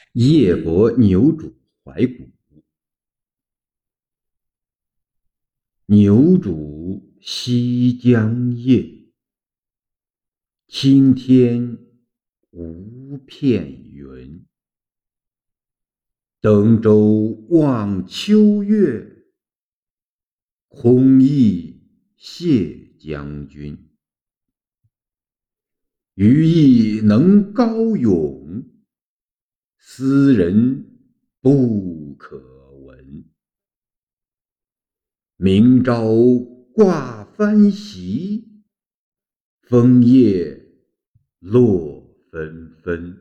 夜泊牛渚怀古。牛渚西江夜，青天无片云。登舟望秋月，空忆谢将军。余亦能高咏，斯人不可闻。明朝挂帆席，枫叶落纷纷。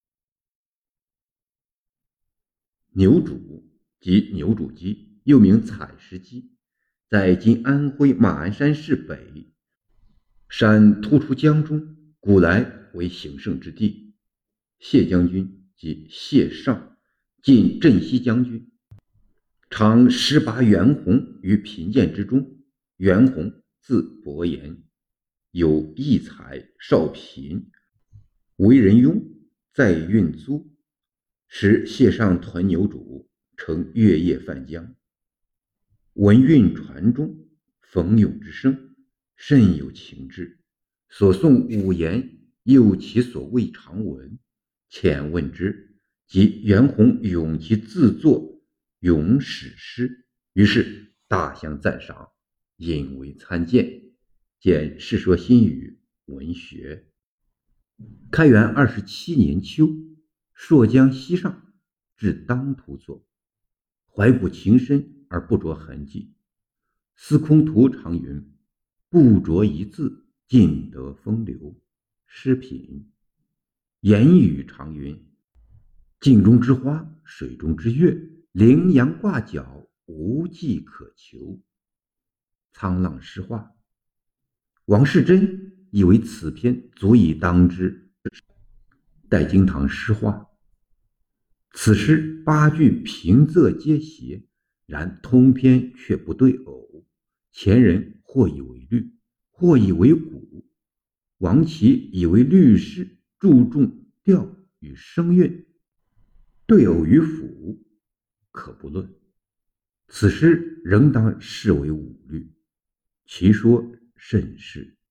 牛渚即牛渚基，又名采石基，在今安徽马鞍山市北，山突出江中，古来为行胜之地。谢将军即谢尚，晋镇西将军，常师拔袁弘于贫贱之中。袁弘字伯言，有义才，少贫，为人庸，在运租，使谢尚屯牛渚，乘月夜泛江。闻运船中冯咏之声，甚有情致，所诵五言，又其所谓长文，遣问之，即袁弘咏其自作咏史诗，于是大相赞赏，引为参见，见《世说新语·文学》。开元27年秋，朔江西上，至当涂作，怀古情深而不着痕迹。司空图常云：不着一字，尽得风流。诗品。言语常云：镜中之花，水中之月，羚羊挂角，无迹可求。沧浪诗话。王士祯以为此篇足以当之代惊堂诗话。此诗8句平仄皆谐，然通篇却不对偶，前人或以为律，或以为古。王琦以为律诗注重调与声韵，对偶与辅，可不论。此诗仍当视为五律，其说甚是。